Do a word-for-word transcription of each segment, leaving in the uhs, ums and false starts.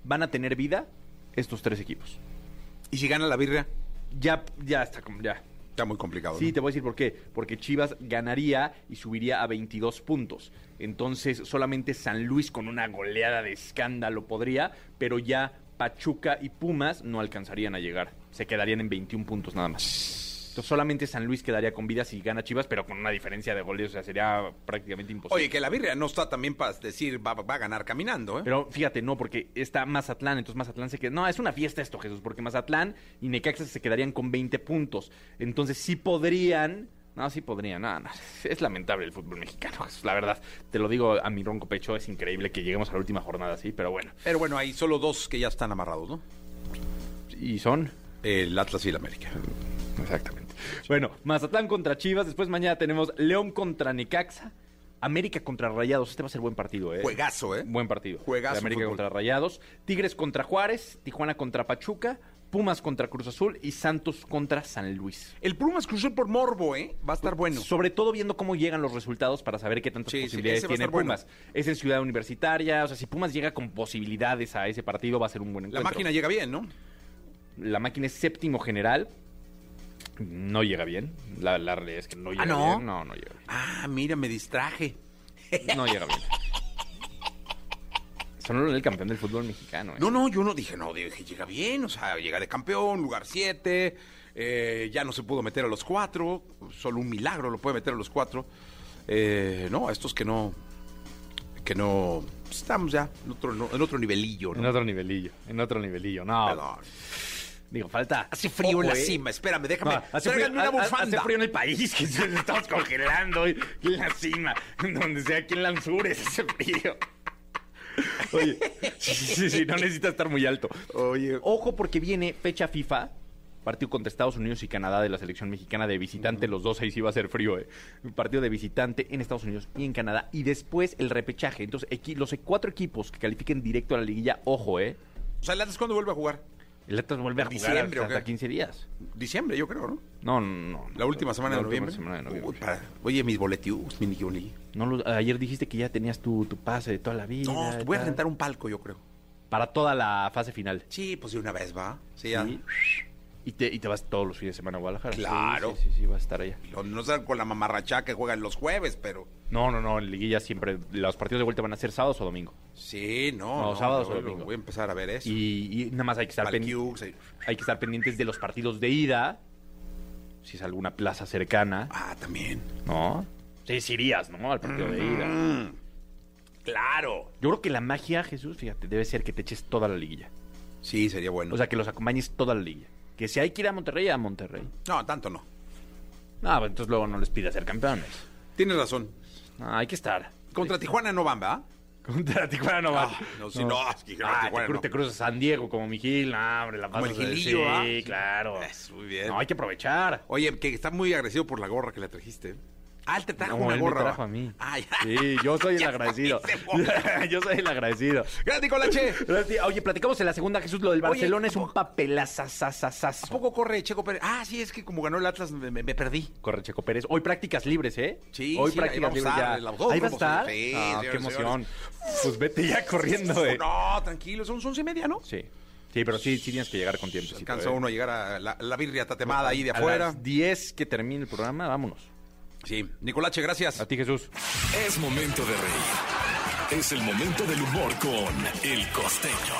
van a tener vida estos tres equipos. ¿Y si gana la birria? Ya, ya está, como ya. Está muy complicado. Sí, ¿no? te voy a decir por qué. Porque Chivas ganaría y subiría a veintidós puntos. Entonces, solamente San Luis con una goleada de escándalo podría, pero ya Pachuca y Pumas no alcanzarían a llegar. Se quedarían en veintiún puntos nada más. Entonces, solamente San Luis quedaría con vida si gana Chivas, pero con una diferencia de goles, o sea, sería prácticamente imposible. Oye, que la birria no está también para decir va, va a ganar caminando, ¿eh? Pero fíjate, no, porque está Mazatlán, entonces Mazatlán se queda... No, es una fiesta esto, Jesús, porque Mazatlán y Necaxa se quedarían con veinte puntos. Entonces sí podrían... No, sí podrían, no, no, es lamentable el fútbol mexicano, Jesús, la verdad. Te lo digo a mi ronco pecho, es increíble que lleguemos a la última jornada así, pero bueno. Pero bueno, hay solo dos que ya están amarrados, ¿no? ¿Y son? El Atlas y el América. Exactamente. Bueno, Mazatlán contra Chivas, después mañana tenemos León contra Necaxa, América contra Rayados, este va a ser buen partido, ¿eh? Juegazo, ¿eh? Buen partido. Juegazo. De América fútbol. contra Rayados, Tigres contra Juárez, Tijuana contra Pachuca, Pumas contra Cruz Azul y Santos contra San Luis. El Pumas Cruzul por morbo, ¿eh? Va a estar bueno. Sobre todo viendo cómo llegan los resultados para saber qué tantas Sí, sí, posibilidades ese va a tiene estar bueno. Pumas. Es en Ciudad Universitaria, o sea, si Pumas llega con posibilidades a ese partido va a ser un buen La encuentro. máquina llega bien, ¿no? La máquina es séptimo general, no llega bien. La, la realidad es que no llega ¿Ah, no? bien. No, no llega bien. Ah, mira, me distraje. No llega bien. Son el campeón del fútbol mexicano. ¿eh? No, no, yo no dije, no, dije, llega bien, o sea, llega de campeón, lugar siete, eh, ya no se pudo meter a los cuatro, solo un milagro lo puede meter a los cuatro. Eh, no, a estos que no, que no, estamos ya en otro, no, en otro nivelillo, En ¿no? otro nivelillo, en otro nivelillo. No, Perdón. digo, falta... Hace frío Ojo, en la ¿eh? cima, espérame, déjame, No, hace, frío, tráiganme una ha- ha- bufanda. hace frío en el país, que nos estamos congelando hoy, en la cima, donde sea aquí en Lanzures, hace frío. Oye, sí, sí, sí, no necesita estar muy alto. Oye, Ojo porque viene fecha FIFA, partido contra Estados Unidos y Canadá de la selección mexicana de visitante, los dos ahí sí va a ser frío, eh. Un partido de visitante en Estados Unidos y en Canadá, y después el repechaje. Entonces, equi- los cuatro equipos que califiquen directo a la liguilla, ojo, eh. o sea, ¿el Atlas cuándo vuelve a jugar? El Atlas vuelve a jugar ¿Diciembre o hasta qué? quince días. Diciembre, yo creo, ¿no? No, no, no. La última semana La de última noviembre. semana de noviembre. Uy, para- Oye, mis boletius, mi Nicky. No lo- ayer dijiste que ya tenías tu, tu pase de toda la vida. No, y voy a tal. rentar un palco, yo creo. Para toda la fase final. Sí, pues de una vez, ¿va? Sí, ya. Sí. Y te, y te vas todos los fines de semana a Guadalajara. Sí, Claro. Sí, sí, sí, vas a estar allá. No, no sé con la mamarrachá que juegan los jueves, pero... No, no, no, en liguilla siempre, los partidos de vuelta van a ser sábados o domingo. Sí, no. No, sábados o yo domingo. Voy a empezar a ver eso. Y, y nada más hay que estar Vale, pendientes. Q, sí. Hay que estar pendientes de los partidos de ida. Si es alguna plaza cercana, Ah, también. ¿no? Sí, sí irías, ¿no? Al partido de ida. Mm, claro. Yo creo que la magia, Jesús, fíjate, debe ser que te eches toda la liguilla. Sí, sería bueno. O sea, que los acompañes toda la liguilla. Que si hay que ir a Monterrey, a Monterrey. no, tanto no. No, pues entonces luego no les pidas ser campeones. Tienes razón. No, hay que estar. Contra Tijuana no van, ¿verdad? Contra Tijuana no va. Ah, no, sí, no, es que contra Ah, Tijuana te, cru- no. te cruzas San Diego como mi Gil. No, hombre, la Como el pasas de- Gilillo, ¿ah? Sí, claro. Es, muy bien. No, hay que aprovechar. Oye, que está muy agresivo por la gorra que le trajiste. Ah, él te trajo No, una él me gorra. trajo ¿va? a mí. Ah, ya. Sí, yo soy el Ya agradecido. se fue. Yo soy el agradecido. Gracias, Nicolache. Oye, platicamos en la segunda, Jesús. Lo del Oye, Barcelona es ¿a un poco- papelazazazazazo. ¿A poco corre Checo Pérez? Ah, sí, es que como ganó el Atlas me, me- me perdí. Corre Checo Pérez. Hoy prácticas libres, ¿eh? Sí, Hoy sí, ahí prácticas vamos a libres estar, ya. en los dos Ahí va a grupos, estar. sí, Ah, señores, qué emoción. señores. Pues vete ya corriendo, eh. No, tranquilo, son once y media, ¿no? Sí. Sí, pero sí, sí tienes que llegar con tiempo. Alcanza uno a llegar a la, la birria tatemada ahí de A afuera. las diez que termine el programa, vámonos. Sí, Nicolache, gracias. A ti, Jesús. Es momento de reír. Es el momento del humor con El Costeño.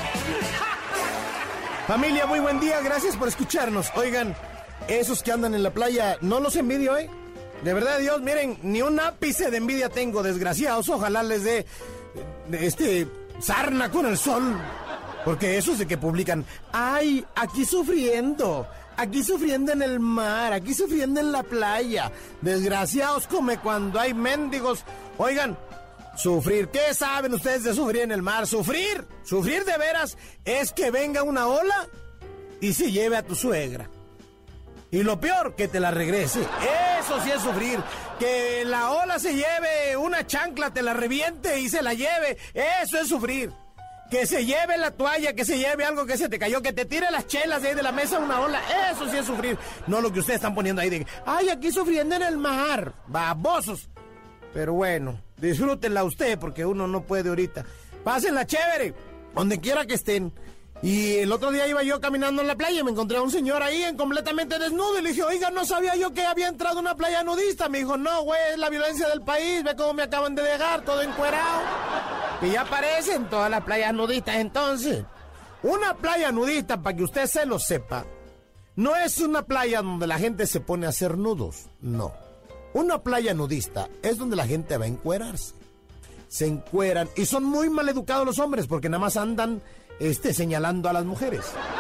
Familia, muy buen día, gracias por escucharnos. Oigan, esos que andan en la playa, no los envidio, ¿eh? De verdad, Dios, miren, ni un ápice de envidia tengo, desgraciados. Ojalá les dé de este sarna con el sol. Porque esos de que publican, ay, aquí sufriendo, aquí sufriendo en el mar, aquí sufriendo en la playa. Desgraciados come cuando hay mendigos. Oigan, sufrir, ¿qué saben ustedes de sufrir en el mar? Sufrir, sufrir de veras es que venga una ola y se lleve a tu suegra. Y lo peor, que te la regrese. Eso sí es sufrir. Que la ola se lleve una chancla, te la reviente y se la lleve. Eso es sufrir. Que se lleve la toalla, que se lleve algo que se te cayó, que te tire las chelas de ahí de la mesa una ola. Eso sí es sufrir. No lo que ustedes están poniendo ahí de, ay, aquí sufriendo en el mar. Babosos. Pero bueno, disfrútenla usted porque uno no puede ahorita. Pásenla chévere. donde quiera que estén. Y el otro día iba yo caminando en la playa y me encontré a un señor ahí en completamente desnudo y le dije, oiga, no sabía yo que había entrado a una playa nudista. Me dijo, no, güey, es la violencia del país, ve cómo me acaban de dejar, todo encuerado. Y ya aparecen todas las playas nudistas entonces. Una playa nudista, para que usted se lo sepa, no es una playa donde la gente se pone a hacer nudos, no. Una playa nudista es donde la gente va a encuerarse. Se encueran y son muy mal educados los hombres porque nada más andan este, señalando a las mujeres.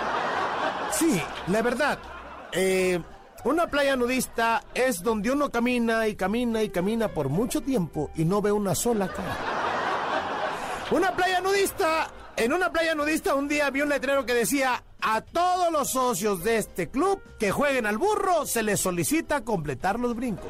Sí, la verdad, eh, una playa nudista es donde uno camina y camina y camina por mucho tiempo y no ve una sola cara. Una playa nudista, en una playa nudista un día vi un letrero que decía, a todos los socios de este club que jueguen al burro se les solicita completar los brincos.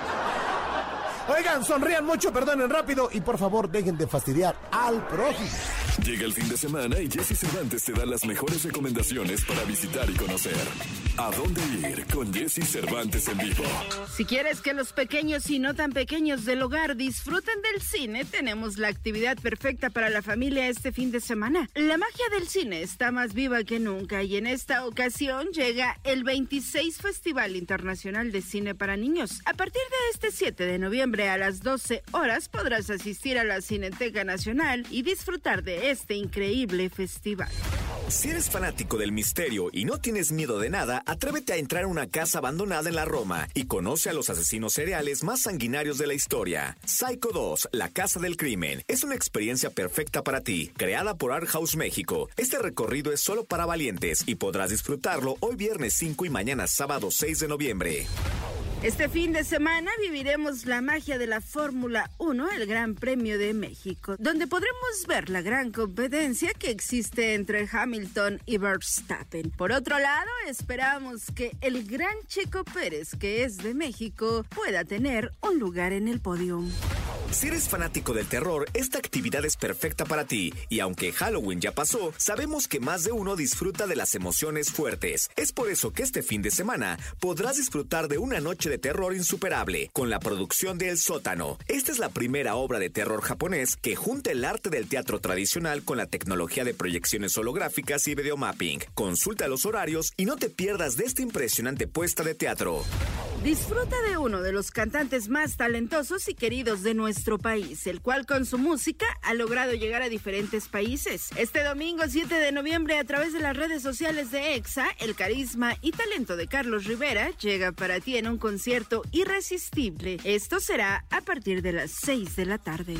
Oigan, sonrían mucho, perdonen rápido y por favor dejen de fastidiar al prójimo. Llega el fin de semana y Jesse Cervantes te da las mejores recomendaciones para visitar y conocer. ¿A dónde ir con Jesse Cervantes en vivo? Si quieres que los pequeños y no tan pequeños del hogar disfruten del cine, tenemos la actividad perfecta para la familia este fin de semana. La magia del cine está más viva que nunca y en esta ocasión llega el veintiséis Festival Internacional de Cine para Niños. A partir de este siete de noviembre a las doce horas podrás asistir a la Cineteca Nacional y disfrutar de este increíble festival. Si eres fanático del misterio y no tienes miedo de nada, atrévete a entrar a una casa abandonada en la Roma y conoce a los asesinos seriales más sanguinarios de la historia. Psycho dos, La Casa del Crimen, es una experiencia perfecta para ti, creada por Art House México. Este recorrido es solo para valientes y podrás disfrutarlo hoy viernes cinco y mañana sábado seis de noviembre. Este fin de semana viviremos la magia de la Fórmula uno, el Gran Premio de México, donde podremos ver la gran competencia que existe entre Hamilton y Verstappen. Por otro lado, esperamos que el gran Checo Pérez, que es de México, pueda tener un lugar en el podio. Si eres fanático del terror, esta actividad es perfecta para ti. Y aunque Halloween ya pasó, sabemos que más de uno disfruta de las emociones fuertes. Es por eso que este fin de semana podrás disfrutar de una noche de terror insuperable con la producción de El Sótano. Esta es la primera obra de terror japonés que junta el arte del teatro tradicional con la tecnología de proyecciones holográficas y videomapping. Consulta los horarios y no te pierdas de esta impresionante puesta de teatro. Disfruta de uno de los cantantes más talentosos y queridos de nuestro país, el cual con su música ha logrado llegar a diferentes países. Este domingo siete de noviembre, a través de las redes sociales de Exa, el carisma y talento de Carlos Rivera llega para ti en un concierto irresistible. Esto será a partir de las seis de la tarde.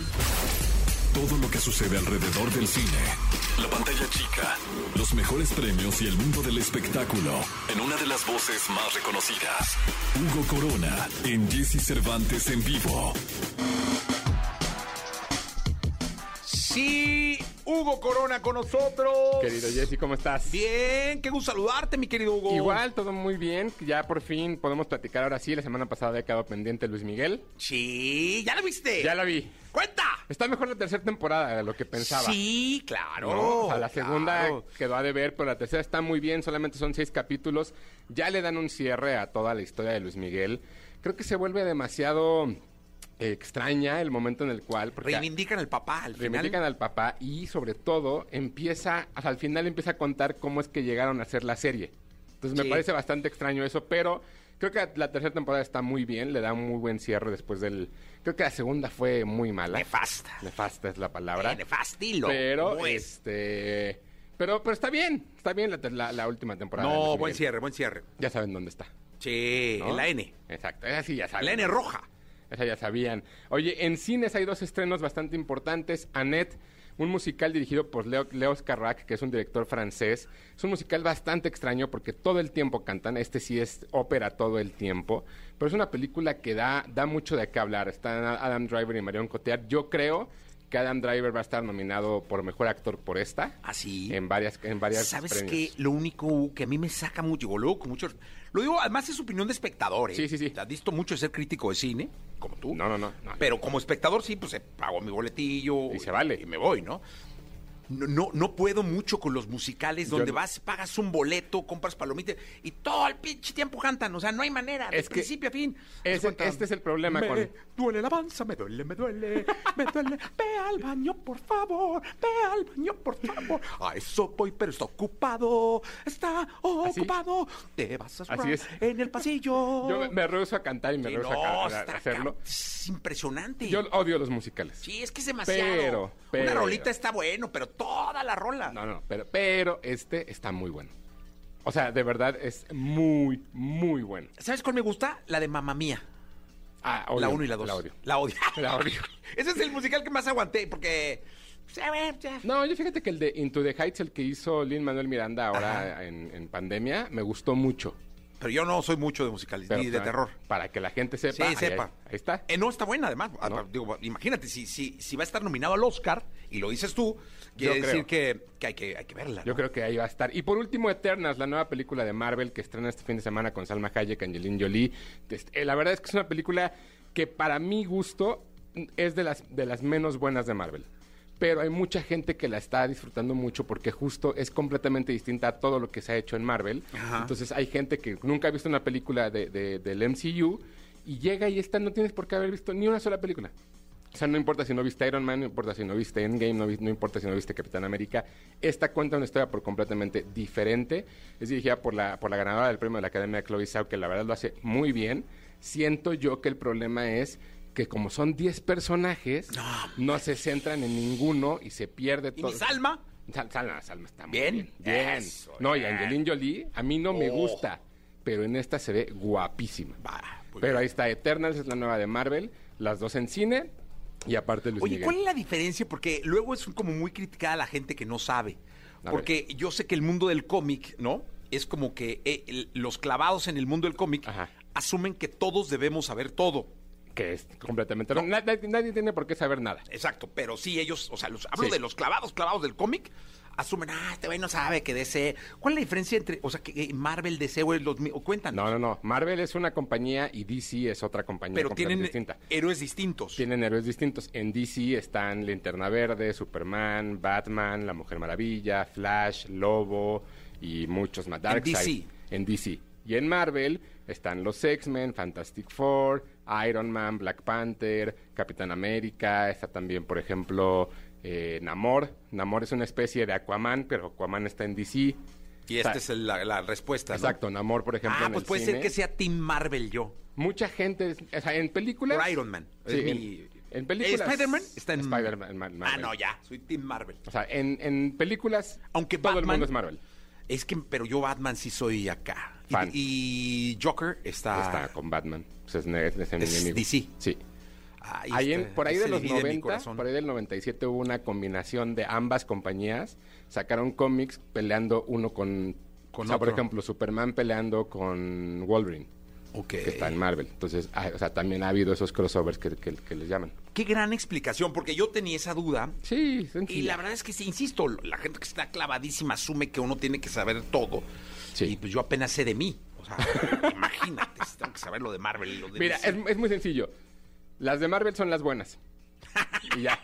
Todo lo que sucede alrededor del cine, la pantalla chica, los mejores premios y el mundo del espectáculo, en una de las voces más reconocidas. Hugo Corona, en Jesse Cervantes en vivo. Sí, Hugo Corona con nosotros. Querido Jesse, ¿cómo estás? Bien, qué gusto saludarte, mi querido Hugo. Igual, todo muy bien. Ya por fin podemos platicar ahora sí. La semana pasada había quedado pendiente Luis Miguel. Sí, ¿ya la viste? Ya la vi. ¡Cuenta! Está mejor la tercera temporada de lo que pensaba. Sí, claro. ¿No? O sea, la claro. segunda quedó a deber, pero la tercera está muy bien. Solamente son seis capítulos. Ya le dan un cierre a toda la historia de Luis Miguel. Creo que se vuelve demasiado eh, extraña el momento en el cual... porque reivindican al papá al final. Reivindican al papá y sobre todo empieza, o sea, al final empieza a contar cómo es que llegaron a hacer la serie. Entonces me Sí. parece bastante extraño eso, pero creo que la tercera temporada está muy bien, le da un muy buen cierre después del... Creo que la segunda fue muy mala. Nefasta. Nefasta es la palabra. Eh, nefastilo. Pero, Buen- este... Pero, pero está bien, está bien la, la, la última temporada. de No, Luis buen Miguel. cierre, buen cierre. Ya saben dónde está. Sí, ¿no? en la N. Exacto, esa sí ya saben. La N roja. Esa ya sabían. Oye, en cines hay dos estrenos bastante importantes. Annette, un musical dirigido por Leo, Leos Carax, que es un director francés. Es un musical bastante extraño porque todo el tiempo cantan. Este sí es ópera todo el tiempo. Pero es una película que da, da mucho de qué hablar. Están Adam Driver y Marion Cotillard. Yo creo que Adam Driver va a estar nominado por Mejor Actor por esta. Así. En varias, en varias ¿Sabes premios. qué? Lo único que a mí me saca mucho, digo, luego con mucho... Lo digo, además es opinión de espectador, ¿eh? Sí, sí, sí. Has visto mucho de ser crítico de cine, como tú. No, no, no, no. Pero como espectador sí, pues eh, pago mi boletillo. Y se vale. Y me voy, ¿no? no, no, no puedo mucho con los musicales donde Yo- vas, pagas un boleto, compras palomitas y todo el pinche tiempo cantan. O sea, no hay manera, de Es que principio a fin. ese- Haz cuenta, este es el problema me con- duele la panza, me duele, me duele, me duele. Ve al baño, por favor, ve al baño, por favor. A eso voy, pero está ocupado, está ocupado. Te vas a Así asustar es. en el pasillo. Yo me, me rehuso a cantar y me Sí, rehuso no, a, ca- a está hacerlo. ca- Es impresionante. Yo odio los musicales. Sí, es que es demasiado. Pero, Una pero- rolita está bueno, pero toda la rola. No, no, pero, pero este está muy bueno. O sea, de verdad es muy, muy bueno. ¿Sabes cuál me gusta? La de Mamma Mía. Ah, La odio, uno y la dos. La odio. La odio. La odio. Ese es el musical que más aguanté, porque... pues, a ver, ya. No, yo fíjate que el de Into the Heights, el que hizo Lin-Manuel Miranda ahora en, en pandemia, me gustó mucho. Pero yo no soy mucho de musicales, Pero ni de para- terror. Para que la gente sepa. Sí, ahí- sepa. Ahí, está. Eh, no, está buena, además. Ah, ¿No? Digo, imagínate, si, si, si va a estar nominado al Oscar, y lo dices tú, quiere Yo decir creo. que, que, hay que hay que verla. Yo ¿no? creo que ahí va a estar. Y por último, Eternals, la nueva película de Marvel que estrena este fin de semana con Salma Hayek, Angelina Jolie. Este, eh, la verdad es que es una película que para mi gusto es de las, de las menos buenas de Marvel. Pero hay mucha gente que la está disfrutando mucho porque justo es completamente distinta a todo lo que se ha hecho en Marvel. Ajá. Entonces hay gente que nunca ha visto una película de, de- del M C U y llega y esta no tienes por qué haber visto ni una sola película. O sea, no importa si no viste Iron Man, no importa si no viste Endgame, no, vi- no importa si no viste Capitán América. Esta cuenta una historia por completamente diferente. Es dirigida por la, por la ganadora del premio de la Academia, Chloe Zhao, que la verdad lo hace muy bien. Siento yo que el problema es que como son diez personajes, no, se centran en ninguno y se pierde ¿Y todo. mi Salma? Sal- Salma, Salma está muy ¿Bien? bien. Bien. Eso, no, y bien. Angelina Jolie, a mí no me Oh. gusta, pero en esta se ve guapísima. Va, muy Pero bien. ahí está, Eternals es la nueva de Marvel, las dos en cine y aparte Luis Oye, Miguel. ¿cuál es la diferencia? Porque luego es como muy criticada la gente que no sabe. A Porque yo sé que el mundo del cómic, ¿no? Es como que eh, el- los clavados en el mundo del cómic Ajá. asumen que todos debemos saber todo. Que es completamente... No. Nadie, nadie tiene por qué saber nada. Exacto, pero sí ellos, o sea, los, hablo Sí. de los clavados, clavados del cómic, asumen, ah, este güey no sabe que D C. ¿Cuál es la diferencia entre, o sea, que eh, Marvel, D C o los mi- o cuéntanos? No, no, no. Marvel es una compañía y D C es otra compañía Pero completamente tienen distinta. héroes distintos. Tienen héroes distintos. En D C están Linterna Verde, Superman, Batman, La Mujer Maravilla, Flash, Lobo y muchos más. Darkseid. D C. En D C. Y en Marvel están los X-Men, Fantastic Four, Iron Man, Black Panther, Capitán América. Está también, por ejemplo, eh, Namor. Namor es una especie de Aquaman, pero Aquaman está en D C. Y O sea, esta es el- la, la respuesta, ¿no? Exacto, Namor, por ejemplo, Ah, en pues el puede cine. ser que sea Team Marvel yo. Mucha gente, o sea, en películas... Por Iron Man. Sí, Es en, mi- en películas... ¿Spider-Man? Está en Spider-Man. en Mar- Ah, Marvel. no, ya. Soy Team Marvel. O sea, en, en películas, Aunque todo el Batman- mundo es Marvel. Es que, pero yo Batman sí soy acá. Y- Fan. Y, Joker está... Está con Batman. Pues es, ne- es el Es enemigo. D C. Sí. Ahí Ahí en- está, por ahí se de los divide mi noventa, corazón. por ahí del noventa y siete hubo una combinación de ambas compañías. Sacaron cómics peleando uno con... Con o sea, por otro. ejemplo, Superman peleando con Wolverine, Ok. que está en Marvel. Entonces, ah, o sea, también ha habido esos crossovers que, que, que les llaman. Qué gran explicación, porque yo tenía esa duda. Sí, Y sencilla. la verdad es que sí, insisto, la gente que está clavadísima asume que uno tiene que saber todo. Sí. Y pues yo apenas sé de mí. O sea, imagínate, tengo que saber lo de Marvel y lo de Mira, D C. es, es muy sencillo. Las de Marvel son las buenas. Y ya.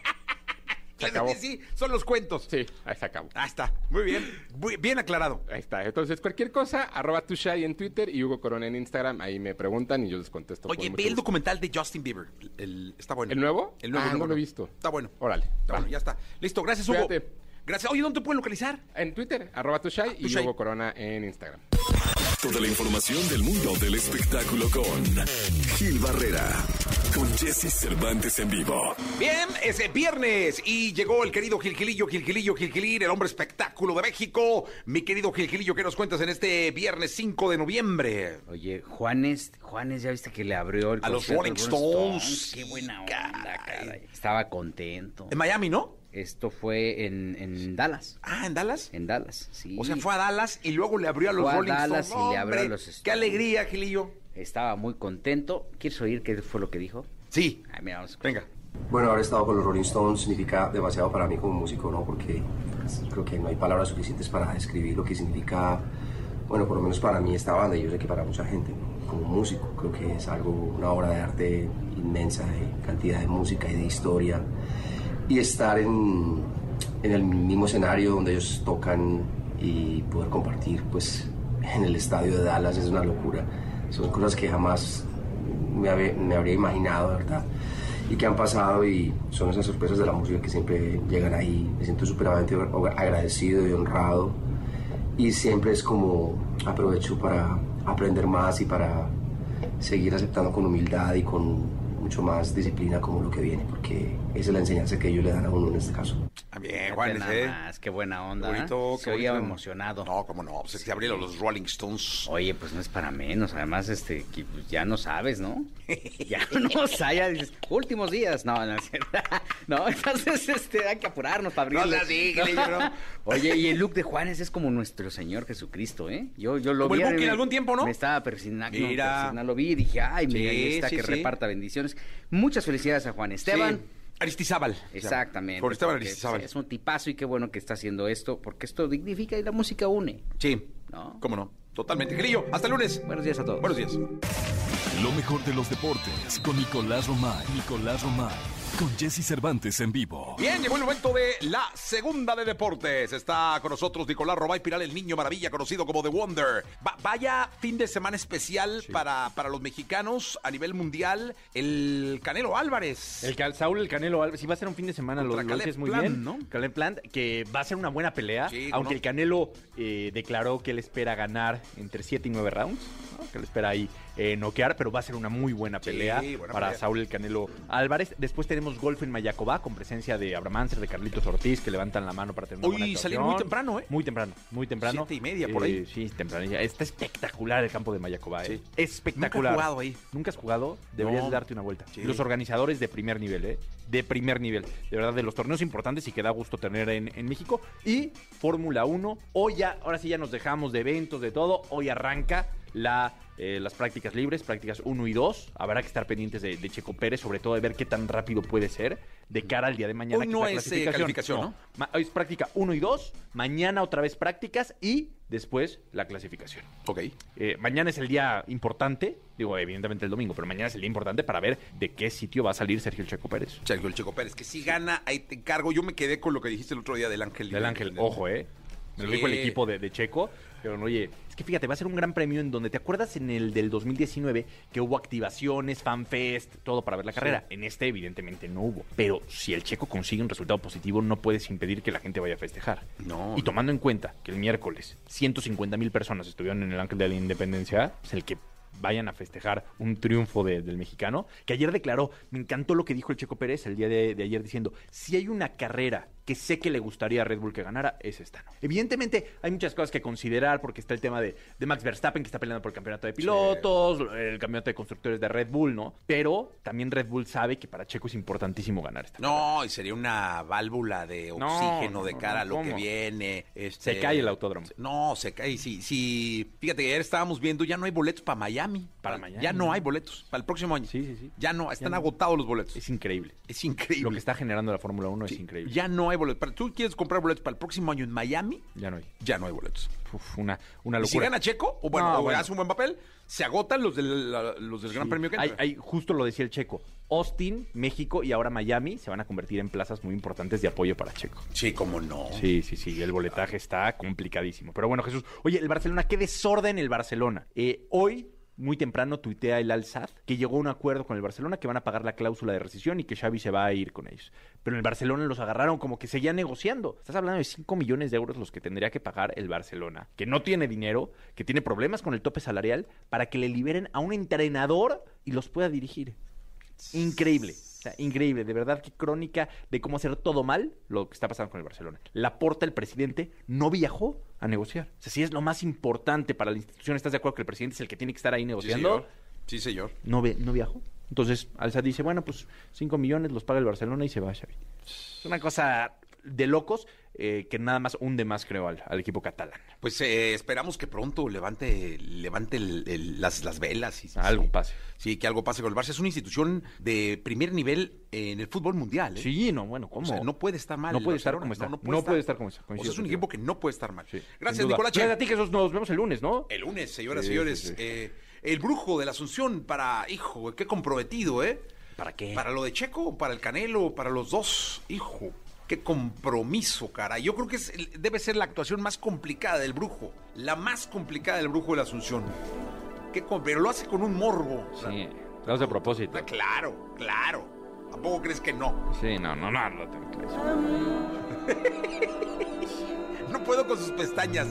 Se Las de acabó. D C son los cuentos. Sí, ahí se acabó. Ah, está. Muy bien. Muy bien aclarado. Ahí está. Entonces, cualquier cosa, arroba tushai en Twitter y Hugo Corona en Instagram. Ahí me preguntan y yo les contesto. Oye, con ve mucho el gusto. documental de Justin Bieber. El, está bueno. ¿El nuevo? El nuevo. Ah, el nuevo, no lo he visto. Está bueno. Órale. Está va. bueno, ya está. Listo, gracias, Hugo. Cuídate. Gracias. Oye, ¿dónde te pueden localizar? En Twitter, arroba tushai y Tushai. Hugo Corona en Instagram. Toda la información del mundo del espectáculo con Gil Barrera, con Jesse Cervantes en vivo. Bien, es eh, viernes y llegó el querido Gilgilillo, Gilgilillo, Gilgilín, el hombre espectáculo de México. Mi querido Gilgilillo, ¿qué nos cuentas en este viernes cinco de noviembre? Oye, Juanes, Juanes, ya viste que le abrió el A los concierto Rolling Rolling Stones. Qué buena Sí, onda, caray. caray. Estaba contento. En Miami, ¿no? Esto fue en, en Dallas. Ah, ¿en Dallas? En Dallas, sí. O sea, fue a Dallas y luego le abrió a los Fue a Rolling Dallas Stones. y le abrió a ¡Hombre! los Stones. ¡Qué alegría, Gilillo! Estaba muy contento. ¿Quieres oír qué fue lo que dijo? Sí. Ay, mira, vamos. Venga. Bueno, haber estado con los Rolling Stones significa demasiado para mí como músico, ¿no? Porque pues, creo que no hay palabras suficientes para describir lo que significa, bueno, por lo menos para mí esta banda y yo sé que para mucha gente, ¿no? Como músico, creo que es algo, una obra de arte inmensa de cantidad de música y de historia. Y estar en, en el mismo escenario donde ellos tocan y poder compartir pues en el estadio de Dallas es una locura. Son cosas que jamás me, habe, me habría imaginado, ¿verdad? Y que han pasado y son esas sorpresas de la música que siempre llegan ahí. Me siento supremamente agradecido y honrado y siempre es como aprovecho para aprender más y para seguir aceptando con humildad y con mucho más disciplina como lo que viene, porque esa es la enseñanza que ellos le dan a uno en este caso. Bien, Juanes, ¿eh? Más, qué buena onda. Qué bonito, Se qué oía bonito. emocionado. No, cómo no, pues es que abrieron los Rolling Stones. Oye, pues no es para menos. Además, este, que, pues, ya no sabes, ¿no? Ya no sabes, ya dices, últimos días. No, no es cierto. No, entonces, este, hay que apurarnos para abrirle. No seas así, ¿no? Oye, y el look de Juanes es como nuestro Señor Jesucristo, ¿eh? Yo, yo lo Como vi. el Buki en me- algún tiempo, ¿no? Me estaba persignando. Mira. Lo vi y dije, ay, mira, Sí, ahí está, sí, que sí. reparta bendiciones. Muchas felicidades a Juan Esteban. Sí. Aristizábal. Exactamente. Por Esteban porque, Aristizábal. pues, es un tipazo y qué bueno que está haciendo esto, porque esto dignifica y la música une. Sí. ¿No? ¿Cómo no? Totalmente. Grillo, hasta el lunes. Buenos días a todos. Buenos días. Lo mejor de los deportes con Nicolás Romay. Nicolás Romay. Con Jesse Cervantes en vivo. Bien, llegó el momento de la segunda de deportes. Está con nosotros Nicolás Romay Piral, el niño maravilla, conocido como The Wonder. Va- vaya fin de semana especial para, para los mexicanos a nivel mundial. El Canelo Álvarez. El Cal- Saúl, el Canelo Álvarez, sí va a ser un fin de semana, lo, Contra lo Caleb dices muy Plant, bien, ¿no? Caleb Plant, que va a ser una buena pelea, Sí, cómo aunque no. el Canelo eh, declaró que él espera ganar entre siete y nueve rounds, ¿no? Que él espera ahí eh, noquear, pero va a ser una muy buena Sí, pelea buena para pelea. Saúl el Canelo Álvarez. Después tenemos golf en Mayacobá, con presencia de Abraham Anser, de Carlitos Ortiz, que levantan la mano para tener una Hoy buena actuación. salieron muy temprano, ¿eh? Muy temprano, muy temprano. Siete y media, por ahí. Eh, Sí, temprano. Ya Está espectacular el campo de Mayacobá, ¿eh? Sí. Espectacular. Nunca he jugado ahí. ¿Nunca has jugado? Deberías No. de darte una vuelta. Sí. Los organizadores de primer nivel, ¿eh? De primer nivel. De verdad, de los torneos importantes y que da gusto tener en, en México. Y Fórmula uno. Hoy ya, ahora sí ya nos dejamos de eventos, de todo. Hoy arranca la, eh, las prácticas libres, prácticas uno y dos. Habrá que estar pendientes de, de Checo Pérez, sobre todo de ver qué tan rápido puede ser de cara al día de mañana. Hoy que no la es, eh, calificación, ¿no? Ma- Hoy es práctica uno y dos. Mañana otra vez prácticas y después la clasificación. Ok. Eh, mañana es el día importante, digo, evidentemente el domingo, pero mañana es el día importante para ver de qué sitio va a salir Sergio el Checo Pérez. Sergio el Checo Pérez, que si gana, ahí te encargo. Yo me quedé con lo que dijiste el otro día del Ángel. Del Ángel, ojo, ¿eh? Me lo Sí. dijo el equipo de, de Checo. Pero oye, es que fíjate, va a ser un gran premio en donde, ¿te acuerdas en el del dos mil diecinueve que hubo activaciones, fanfest, todo para ver la carrera? En este evidentemente no hubo. Pero si el Checo consigue un resultado positivo, no puedes impedir que la gente vaya a festejar. No. Y tomando en cuenta que el miércoles ciento cincuenta mil personas estuvieron en el Ángel de la Independencia, es el que vayan a festejar un triunfo de- del mexicano, que ayer declaró, me encantó lo que dijo el Checo Pérez el día de, de ayer diciendo, si hay una carrera que sé que le gustaría a Red Bull que ganara, es esta. ¿No? Evidentemente hay muchas cosas que considerar porque está el tema de, de Max Verstappen que está peleando por el campeonato de pilotos, el campeonato de constructores de Red Bull, ¿no? Pero también Red Bull sabe que para Checo es importantísimo ganar esta carrera. No, y sería una válvula de No, oxígeno de no, cara a lo ¿cómo? que viene. este- Se cae el autódromo. No, se cae. Sí, sí. Fíjate, ayer estábamos viendo, ya no hay boletos para Miami. Para Miami. Ya no hay boletos para el próximo año. Sí, sí, sí. Ya no, están Ya no. agotados los boletos. Es increíble. Es increíble. Lo que está generando la Fórmula uno Sí, es increíble. Ya no hay boletos. Para- ¿Tú quieres comprar boletos para el próximo año en Miami? Ya no hay. Ya no hay boletos. Uf, una, una Y locura. si gana Checo, o bueno, No, o bueno. hace un buen papel, se agotan los del, la- los del Gran Sí. Premio que hay, entra. hay- justo lo decía el Checo. Austin, México y ahora Miami se van a convertir en plazas muy importantes de apoyo para Checo. Sí, cómo no. Sí, sí, sí. El boletaje está complicadísimo. Pero bueno, Jesús. Oye, el Barcelona, qué desorden el Barcelona. Eh, hoy, muy temprano, tuitea el Al-Sadd que llegó a un acuerdo con el Barcelona que van a pagar la cláusula de rescisión y que Xavi se va a ir con ellos. Pero en el Barcelona los agarraron como que seguían negociando. Estás hablando de cinco millones de euros los que tendría que pagar el Barcelona, que no tiene dinero, que tiene problemas con el tope salarial, para que le liberen a un entrenador y los pueda dirigir. Increíble. O sea, increíble, de verdad, qué crónica de cómo hacer todo mal lo que está pasando con el Barcelona. Laporta, el presidente, no viajó a negociar. O sea, si es lo más importante para la institución, ¿estás de acuerdo que el presidente es el que tiene que estar ahí Sí, negociando? señor. Sí, señor. No, ve, no viajó. Entonces, Al-Sadd dice, bueno, pues cinco millones los paga el Barcelona y se va Xavi. Es una cosa de locos eh, que nada más hunde más, creo, al, al equipo catalán. Pues eh, esperamos que pronto levante levante el- el- las, las velas. Y, Algo sí, pase. Sí, que algo pase con el Barça. Es una institución de primer nivel en el fútbol mundial. ¿eh? Sí, no, bueno, ¿cómo? O sea, no puede estar mal. No el puede estar Barcelona. como está. No, No puede estar como está. O sea, Coincido es un contigo. equipo que no puede estar mal. Sí, Gracias, sin duda. Nicolache. Gracias a ti, Jesús. Nos vemos el lunes, ¿no? El lunes, señoras y Sí, señores. sí, sí. eh, el brujo de la Asunción para, hijo, qué comprometido, ¿eh? ¿Para qué? Para lo de Checo, para el Canelo, para los dos. Hijo, Qué compromiso, cara. Yo creo que es, debe ser la actuación más complicada del Brujo. La más complicada del Brujo de la Asunción. Qué com- Pero lo hace con un morbo. O sea, Sí, lo hace a propósito. ah, claro, claro. ¿Tampoco crees que no? Sí, no, no, no, no te crees. No puedo con sus pestañas.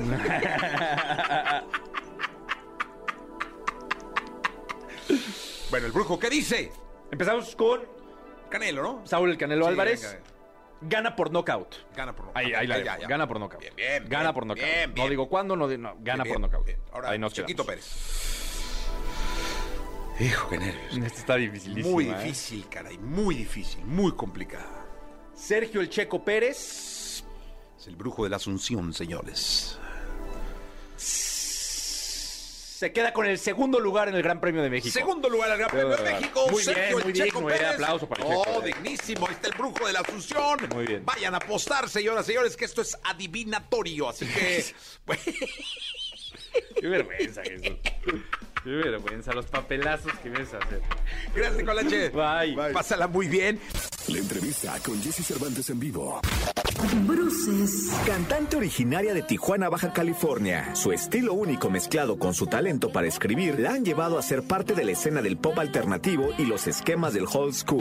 Bueno, el Brujo, ¿qué dice? Empezamos con Canelo, ¿no? Saúl El Canelo Sí, Álvarez. venga. Gana por knockout. Gana por Ahí, ahí la Ya, dejo. ya. Gana por knockout. Bien, bien, Gana bien, por knockout. bien, No bien. digo cuándo, no, di- no gana Bien, por knockout. bien. Ahora, Ahí nos Chiquito quedamos. Pérez. Hijo, qué nervios. Este está dificilísimo. Muy ¿eh? difícil, caray. Muy difícil, muy complicada. Sergio El Checo Pérez. Es el Brujo de la Asunción, señores. Se queda con el segundo lugar en el Gran Premio de México. Segundo lugar al Gran Premio de México. Muy bien, Sergio muy El Checo digno, eh, Pérez. aplauso para el Oh, Checo, eh. dignísimo. Ahí está el Brujo de la Asunción. Muy bien. Vayan a apostar, señoras y señores, que esto es adivinatorio. Así que... Qué vergüenza, Jesús. Qué vergüenza, los papelazos que ves hacer. Gracias, Colache. Bye. Bye. Pásala muy bien. La entrevista con Jesse Cervantes en vivo. Bruces. Cantante originaria de Tijuana, Baja California, su estilo único mezclado con su talento para escribir la han llevado a ser parte de la escena del pop alternativo y los esquemas del old school.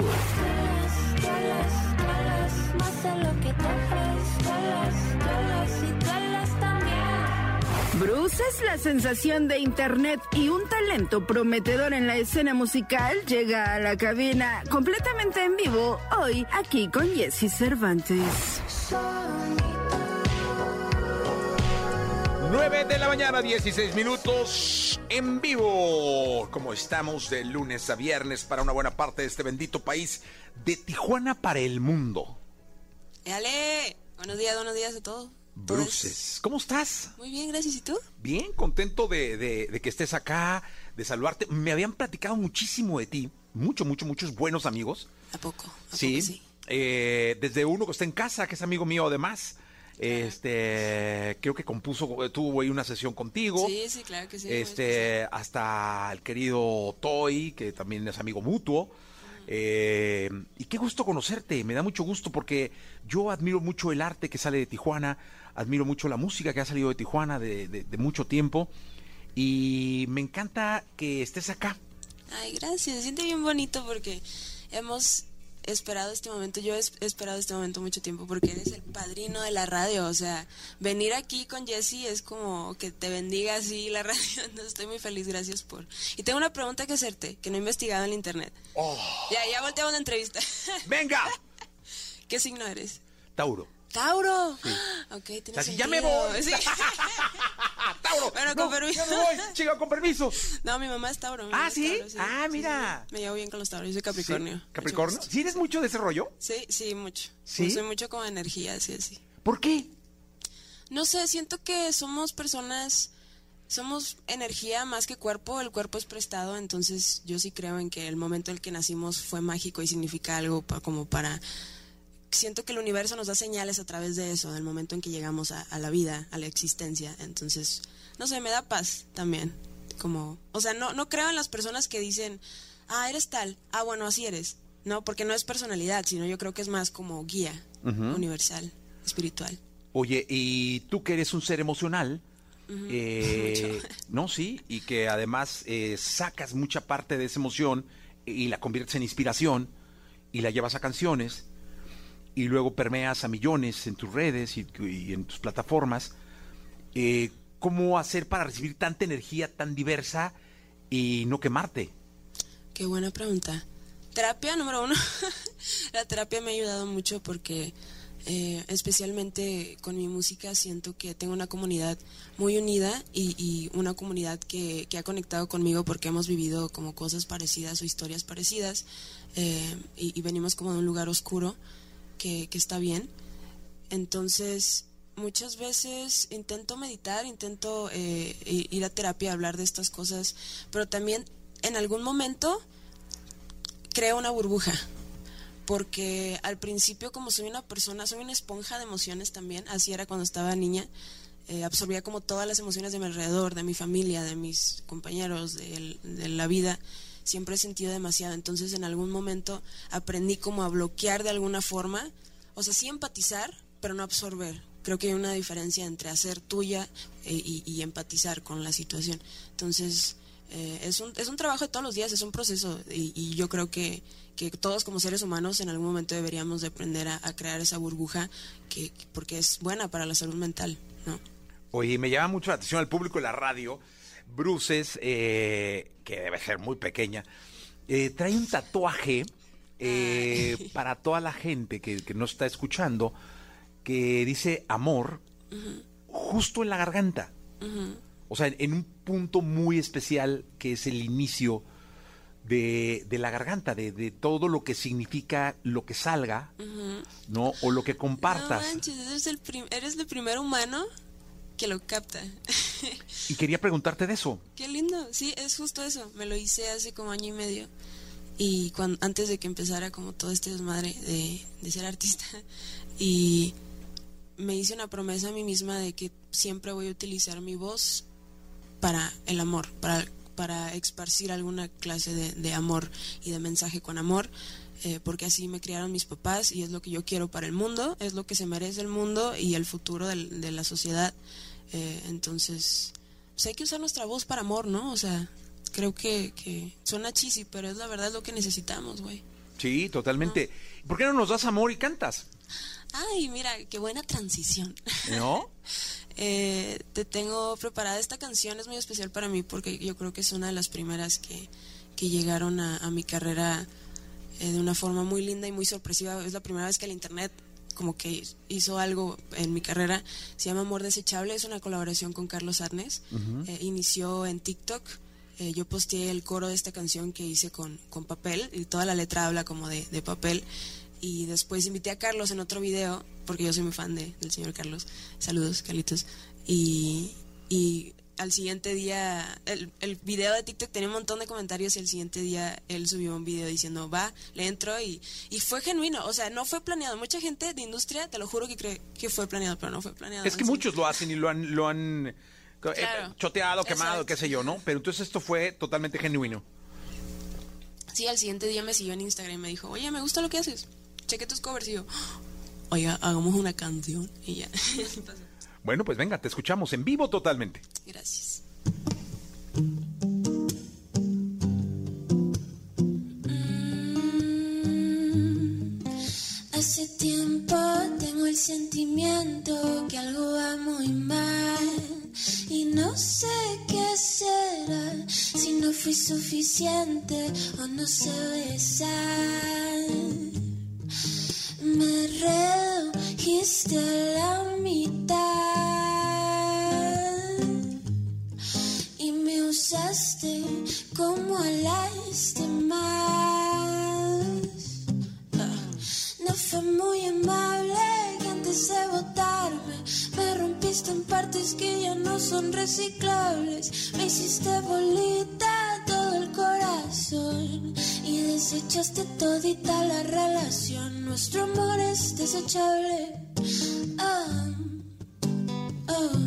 Bruces, la sensación de internet y un talento prometedor en la escena musical, llega a la cabina completamente en vivo hoy aquí con Jesse Cervantes. nueve de la mañana, dieciséis minutos, en vivo. Como estamos de lunes a viernes para una buena parte de este bendito país, de Tijuana para el mundo. ¡Éale! Buenos días, buenos días a todos. Bruces, ¿cómo estás? Muy bien, gracias. ¿Y tú? Bien, contento de, de, de que estés acá, de saludarte. Me habían platicado muchísimo de ti, mucho, mucho, muchos buenos amigos. ¿A poco? ¿A Sí, poco sí? eh, desde uno que está en casa, que es amigo mío además. Este, creo que compuso, tuvo ahí una sesión contigo. Sí, sí, claro que sí. Este, hasta el querido Toy, que también es amigo mutuo. Eh, y qué gusto conocerte, me da mucho gusto porque yo admiro mucho el arte que sale de Tijuana, admiro mucho la música que ha salido de Tijuana de, de, de mucho tiempo y me encanta que estés acá. Ay, gracias. Se siente bien bonito porque hemos esperado este momento. Yo he es- he esperado este momento mucho tiempo porque eres el padrino de la radio. O sea, venir aquí con Jesse es como que te bendiga así la radio. Entonces, estoy muy feliz, gracias por... Y tengo una pregunta que hacerte, que no he investigado en la internet. Oh. Ya, ya volteamos la entrevista. ¡Venga! ¿Qué signo eres? Tauro. ¡Tauro! Sí. Ok, tiene O sea, si sentido. ya me voy. Sí. Tauro. Bueno, No, con permiso. ya me voy. Chica, con permiso. No, mi mamá es Tauro. mi Ah, mamá es ¿sí? Tauro, Ah, sí, mira. sí. Me llevo bien con los Tauros, yo soy Capricornio. Sí. ¿Capricornio? Mucho gusto. ¿Sí eres mucho de ese rollo? Sí, sí, mucho. ¿Sí? Soy mucho como energía, así, así. ¿Por qué? No sé, siento que somos personas, somos energía más que cuerpo, el cuerpo es prestado, entonces yo sí creo en que el momento en el que nacimos fue mágico y significa algo pa- como para... Siento que el universo nos da señales a través de eso, del momento en que llegamos a, a la vida, a la existencia, entonces, no sé, me da paz también, como, o sea, no, no creo en las personas que dicen, ah, eres tal, ah, bueno, así eres, no, porque no es personalidad, sino yo creo que es más como guía universal, espiritual. Oye, y tú que eres un ser emocional, eh, no, sí, y que además eh, sacas mucha parte de esa emoción y la conviertes en inspiración y la llevas a canciones y luego permeas a millones en tus redes y, y en tus plataformas. Eh, ¿Cómo hacer para recibir tanta energía tan diversa y no quemarte? Qué buena pregunta. Terapia, número uno. La terapia me ha ayudado mucho porque eh, especialmente con mi música siento que tengo una comunidad muy unida y, y una comunidad que, que ha conectado conmigo porque hemos vivido como cosas parecidas o historias parecidas eh, y, y venimos como de un lugar oscuro que, que está bien. Entonces, muchas veces intento meditar, intento eh, ir a terapia, hablar de estas cosas, pero también en algún momento creo una burbuja, porque al principio como soy una persona, soy una esponja de emociones también, así era cuando estaba niña, eh, absorbía como todas las emociones de mi alrededor, de mi familia, de mis compañeros, de, de la vida, siempre he sentido demasiado, entonces en algún momento aprendí como a bloquear de alguna forma, o sea, sí empatizar, pero no absorber. Creo que hay una diferencia entre hacer tuya eh, y, y empatizar con la situación. Entonces, eh, es, un, es un trabajo de todos los días, es un proceso, y, y yo creo que, que todos como seres humanos en algún momento deberíamos de aprender a, a crear esa burbuja, que, porque es buena para la salud mental, ¿no? Oye, me llama mucho la atención al público de la radio. Bruces, eh, que debe ser muy pequeña, eh, trae un tatuaje eh, para toda la gente que, que nos está escuchando, que dice amor, uh-huh, justo en la garganta. Uh-huh. O sea, en, en un punto muy especial que es el inicio de, de la garganta, de, de todo lo que significa lo que salga, uh-huh, ¿no? O lo que compartas. No manches, eres el, prim- eres el primer humano que lo capta. Y quería preguntarte de eso. Qué lindo, sí, es justo eso. Me lo hice hace como año y medio. Y cuando, antes de que empezara como todo este desmadre de, de ser artista. Y me hice una promesa a mí misma de que siempre voy a utilizar mi voz para el amor, para, para esparcir alguna clase de, de amor y de mensaje con amor. Eh, porque así me criaron mis papás y es lo que yo quiero para el mundo, es lo que se merece el mundo y el futuro del, de la sociedad. Eh, entonces, pues hay que usar nuestra voz para amor, ¿no? O sea, creo que, que suena cheesy, pero es la verdad lo que necesitamos, güey. Sí, totalmente. ¿No? ¿Por qué no nos das amor y cantas? Ay, mira, qué buena transición. ¿No? eh, te tengo preparada esta canción, es muy especial para mí porque yo creo que es una de las primeras que, que llegaron a, a mi carrera eh, de una forma muy linda y muy sorpresiva. Es la primera vez que el internet como que hizo algo en mi carrera. Se llama Amor Desechable, es una colaboración con Carlos Arnes. Uh-huh. eh, inició en TikTok. eh, yo posteé el coro de esta canción que hice con, con papel, y toda la letra habla como de, de papel, y después invité a Carlos en otro video, porque yo soy muy fan de, del señor Carlos. Saludos, Carlitos. Y, y al siguiente día, el, el video de TikTok tenía un montón de comentarios, y el siguiente día él subió un video diciendo, va, le entró, y, y fue genuino, o sea, no fue planeado. Mucha gente de industria, te lo juro, que cree que fue planeado, pero no fue planeado. Es que así. Muchos lo hacen y lo han, lo han claro. eh, choteado, quemado, Exacto. qué sé yo, ¿no? Pero entonces esto fue totalmente genuino. Sí, al siguiente día me siguió en Instagram y me dijo, oye, me gusta lo que haces, cheque tus covers, y yo, oye, hagamos una canción, y ya, así pasó. Bueno, pues venga, te escuchamos en vivo totalmente. Gracias. Mm, hace tiempo tengo el sentimiento que algo va muy mal, y no sé qué será, si no fui suficiente o no sé besar. Me redujiste a la mitad y me usaste como a las demás. No fue muy amable que antes de botarme me rompiste en partes que ya no son reciclables. Me hiciste bolita todo el corazón y desechaste todita la relación. Nuestro amor es desechable. Oh, oh.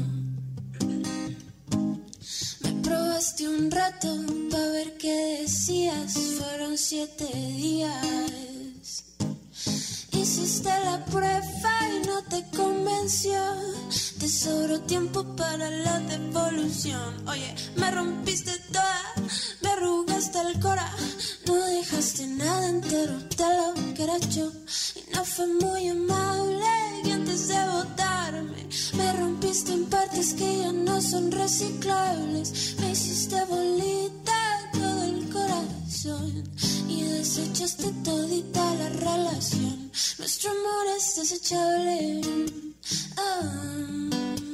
Me probaste un rato para ver qué decías. Fueron siete días. Hiciste la prueba y no te convenció. Te sobró tiempo para la devolución. Oye, me rompiste toda, me arrugaste el cora. No dejaste nada entero, te lo que era yo. Y no fue muy amable que antes de botarme me rompiste en partes que ya no son reciclables. Me hiciste bolita todo el corazón y desechaste todita la relación. Nuestro amor es desechable. Oh.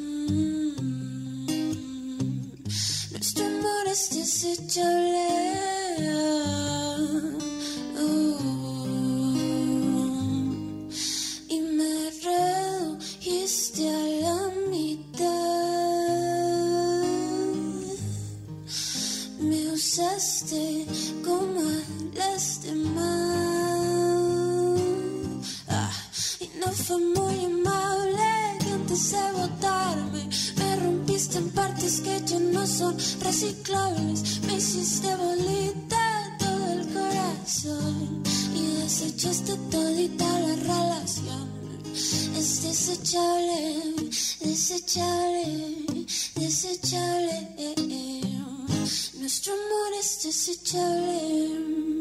Nuestro amor es desechable. Oh. Y me redujiste a la mitad. Me usaste como a las demás. Ah, y no fue muy amable que antes de botarme me rompiste en partes que ya no son reciclables. Me hiciste bolita todo el corazón y desechaste todita la relación. es desechable, desechable, desechable. Nuestro amor es desechable.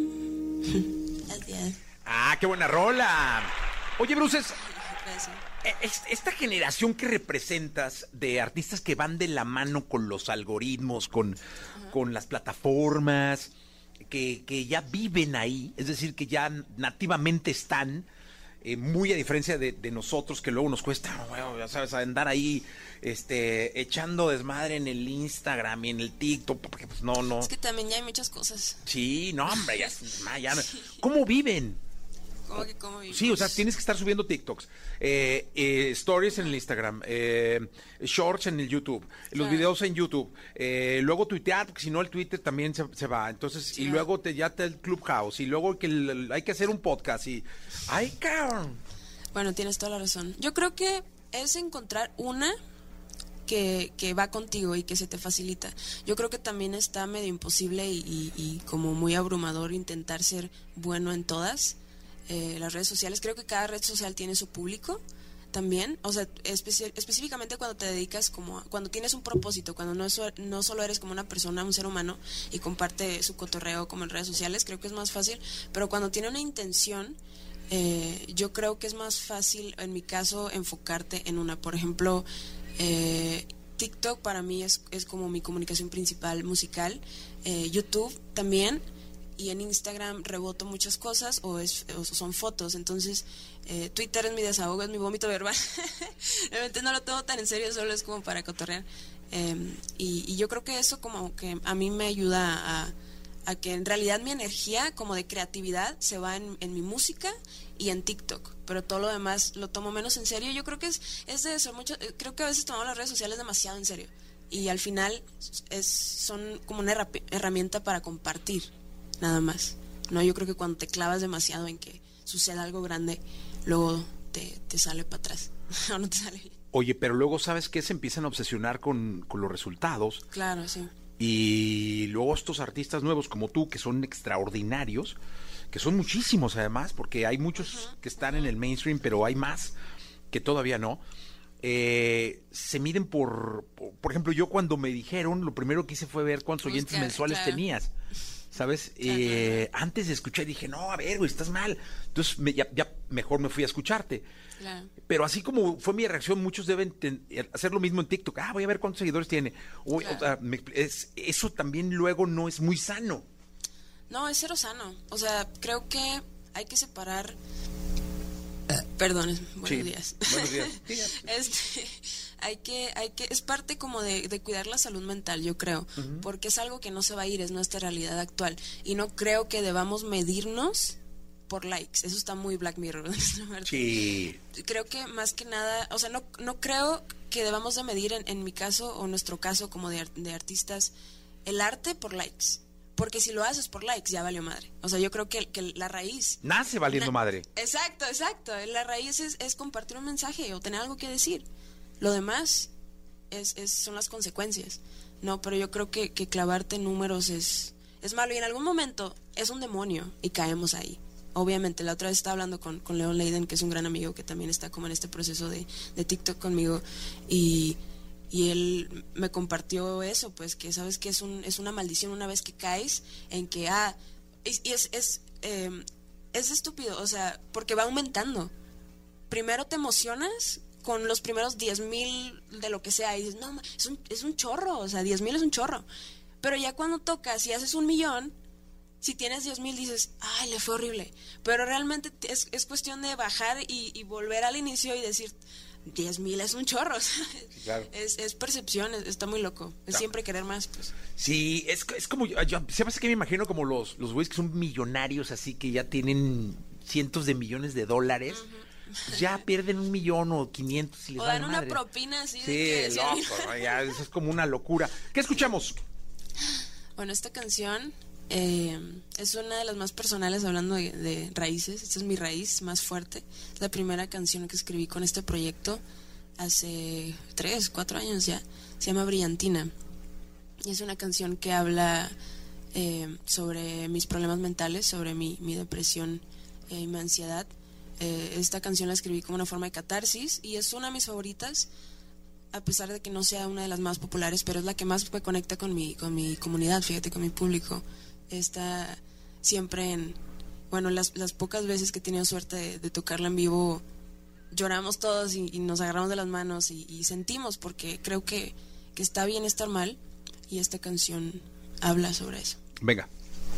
Gracias. Ah, qué buena rola. Oye, Bruces, Gracias. es- esta generación que representas de artistas que van de la mano con los algoritmos, con, con las plataformas, que, que ya viven ahí, es decir, que ya nativamente están, eh, muy a diferencia de, de nosotros, que luego nos cuesta, bueno, ya sabes, andar ahí este, echando desmadre en el Instagram y en el TikTok, porque pues no, no. Es que también ya hay muchas cosas. Sí, no, hombre, ya, ya, ¿cómo viven? ¿Cómo que cómo vivimos? Sí, o sea, tienes que estar subiendo TikToks, eh, eh, stories en el Instagram, eh, shorts en el YouTube, los Claro. videos en YouTube, eh, luego tuitear, porque si no el Twitter también se, se va, entonces, y Claro. luego te, ya te el Clubhouse, y luego que el- el- hay que hacer un podcast, y, ¡ay, cabrón! Bueno, tienes toda la razón. Yo creo que es encontrar una que, que va contigo y que se te facilita. Yo creo que también está medio imposible y, y- y como muy abrumador intentar ser bueno en todas eh, las redes sociales. Creo que cada red social tiene su público también, o sea, especi- específicamente cuando te dedicas como, a- cuando tienes un propósito, cuando no, so- no solo eres como una persona, un ser humano y comparte su cotorreo como en redes sociales, creo que es más fácil, pero cuando tiene una intención, eh, yo creo que es más fácil, en mi caso, enfocarte en una. Por ejemplo, eh, TikTok para mí es, es como mi comunicación principal musical, eh, YouTube también, y en Instagram reboto muchas cosas o, es, o son fotos, entonces eh, Twitter es mi desahogo, es mi vómito verbal. Realmente no lo tomo tan en serio, solo es como para cotorrear. Eh, y, y yo creo que eso como que a mí me ayuda a, a que en realidad mi energía como de creatividad se va en, en mi música y en TikTok, pero todo lo demás lo tomo menos en serio. Yo creo que es, es de eso, mucho, eh, creo que a veces tomamos las redes sociales demasiado en serio y al final es, son como una herra- herramienta para compartir, nada más. No, yo creo que cuando te clavas demasiado en que suceda algo grande, luego te, te sale para atrás o no te sale bien. Oye, pero luego, ¿sabes qué? Se empiezan a obsesionar con, con los resultados, Claro, sí. y luego estos artistas nuevos como tú, que son extraordinarios, que son muchísimos además, porque hay muchos que están en el mainstream, pero hay más que todavía no, eh, se miden por, por, por ejemplo, yo cuando me dijeron, lo primero que hice fue ver cuántos oyentes Buscar, mensuales claro. tenías, ¿sabes? Claro, Eh, antes de escuchar dije, no, a ver, güey, estás mal. Entonces me- ya, ya mejor me fui a escucharte. Claro. Pero así como fue mi reacción, muchos deben ten- hacer lo mismo en TikTok. Ah, voy a ver cuántos seguidores tiene. O, Claro. o sea, me- es- eso también luego no es muy sano. No, es cero sano. O sea, creo que hay que separar. Perdón, buenos Sí, días. buenos días. Días. Este, hay que, hay que, es parte como de, de cuidar la salud mental, yo creo, porque es algo que no se va a ir, es nuestra realidad actual. Y no creo que debamos medirnos por likes. Eso está muy Black Mirror. de nuestra parte. Sí. Creo que más que nada, o sea, no, no creo que debamos de medir en, en mi caso o nuestro caso como de, ar- de artistas el arte por likes. Porque si lo haces por likes, ya valió madre. O sea, yo creo que, que la raíz... Nace valiendo Na- madre. Exacto, exacto. La raíz es, es compartir un mensaje o tener algo que decir. Lo demás es, es, son las consecuencias. No, pero yo creo que, que clavarte en números es, es malo. Y en algún momento es un demonio y caemos ahí. Obviamente, la otra vez estaba hablando con, con Leon Leiden, que es un gran amigo que también está como en este proceso de, de TikTok conmigo. Y... Y él me compartió eso, pues que sabes que es un es una maldición una vez que caes en que, ah, y y es, es, eh, es estúpido, o sea, porque va aumentando. Primero te emocionas con los primeros diez mil de lo que sea y dices, no, es un, es un chorro, o sea, diez mil es un chorro. Pero ya cuando tocas y haces un millón, si tienes diez mil dices, ay, le fue horrible. Pero realmente es, es cuestión de bajar y, y volver al inicio y decir... diez mil es un chorro, Claro. es, es percepción, es- está muy loco, es Claro. siempre querer más, pues. Sí, es, es como, yo, yo- ¿sabes qué me imagino? Como los, los güeyes que son millonarios, así que ya tienen cientos de millones de dólares, pues ya pierden un millón o quinientos y les O vale dan una madre. propina así Sí, de que... loco, ¿no? Ya, eso es como una locura. ¿Qué escuchamos? Bueno, esta canción eh, es una de las más personales hablando de, de raíces, esta es mi raíz más fuerte, es la primera canción que escribí con este proyecto hace tres, cuatro años ya, se llama Brillantina, y es una canción que habla eh, sobre mis problemas mentales, sobre mi, mi depresión eh, y mi ansiedad, Eh, esta canción la escribí como una forma de catarsis y es una de mis favoritas, a pesar de que no sea una de las más populares, pero es la que más me conecta con mi, con mi comunidad, fíjate, con mi público. Está siempre en, bueno, las, las pocas veces que he tenido suerte de, de tocarla en vivo, lloramos todos y, y nos agarramos de las manos y, y sentimos, porque creo que, que está bien estar mal, y esta canción habla sobre eso. Venga.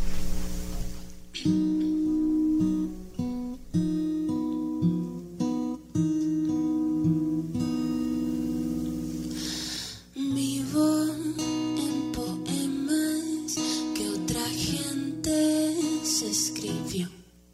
Vivo en poemas que otra gente se escribió.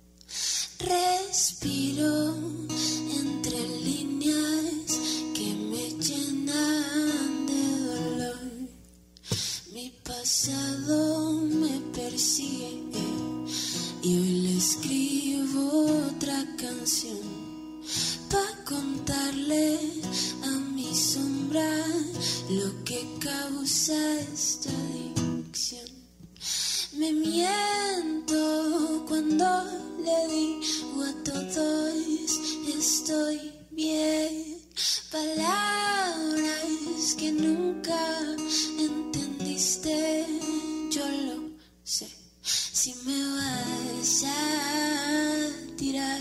Respiro entre líneas que me llenan de dolor. Mi pasado me persigue y hoy le escribo otra canción pa' contarle a mi sombra lo que causa esta adicción. Me miento cuando le digo a todos estoy bien. Palabras que nunca entendiste, yo lo sé. Si me vas a tirar,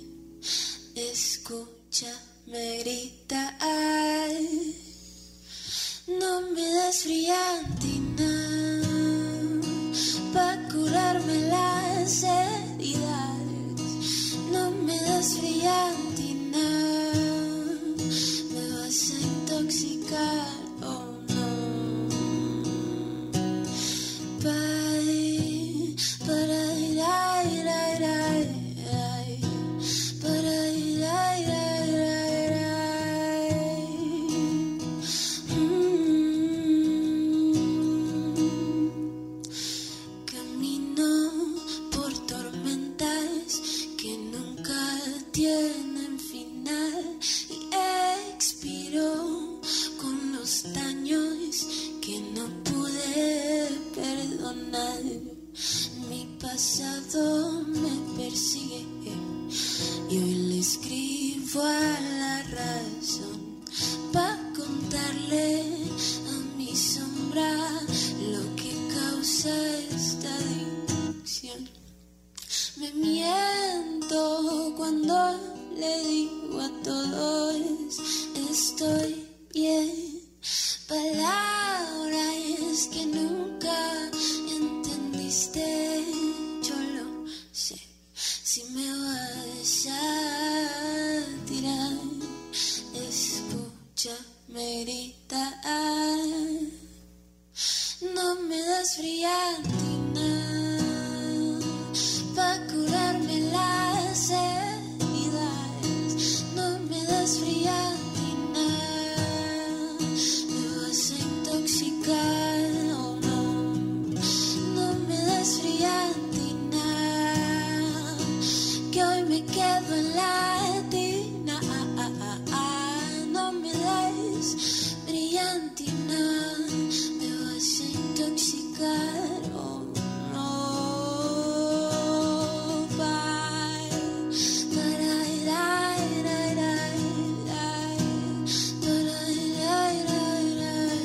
escúchame gritar. No me des brillantina pa' curarme las heridas. No me des brillantina, me vas a intoxicar, oh no. Bye, para ir, ir, ir, ir, para ir, ir, ir, ir. Camino por tormentas que nunca tienen final y expiro con los daños que no pude perdonar. Mi pasado me persigue y hoy le escribo a la razón pa' contarle a mi sombra lo que causa esta adicción. Me miento cuando le digo a todos estoy bien. Palabras que nunca entendiste, yo lo sé. Si me vas a tirar, escúchame gritar. No me das brillantina pa' curarme las heridas. No me das brillantina, me vas a intoxicar, oh no. No me das brillantina, que hoy me quedo en la tina. No me das brillantina, me vas a intoxicar, oh no. Bye, para ir, ir, ir, ir, para ir, ir,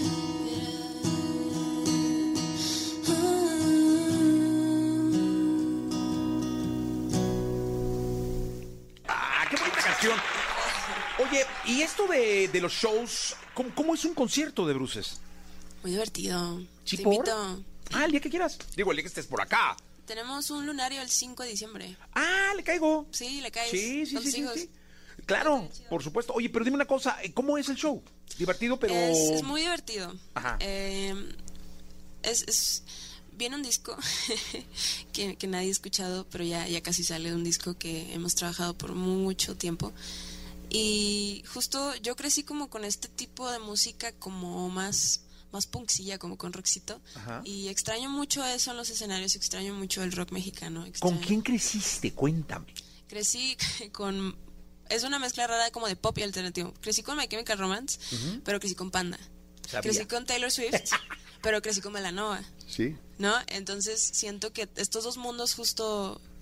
¡Ah, qué bonita canción! Oye, ¿y esto de, de los shows? ¿Cómo, ¿Cómo es un concierto de Bruces? Muy divertido. ¿Sí, Te por? invito. Ah, el día que quieras. Digo, el día que estés por acá. Tenemos un lunario el cinco de diciembre. Ah, le caigo. Sí, le caes. Sí, sí, con sí, tus sí, hijos. sí. Claro, por supuesto. Oye, pero dime una cosa, ¿cómo es el show? Divertido, pero... Es, es muy divertido. Ajá. Eh, es, es viene un disco que, que nadie ha escuchado, pero ya, ya casi sale de un disco que hemos trabajado por mucho tiempo. Y justo yo crecí como con este tipo de música como más, más punksilla, como con rockcito. Ajá. Y extraño mucho eso en los escenarios, extraño mucho el rock mexicano. ¿Con extraño- quién creciste? Cuéntame. Crecí con... Es una mezcla rara como de pop y alternativo. Crecí con My Chemical Romance, Ujú. pero crecí con Panda. Sabía. Crecí con Taylor Swift, pero crecí con Melanova, Sí. ¿no? Entonces siento que estos dos mundos justo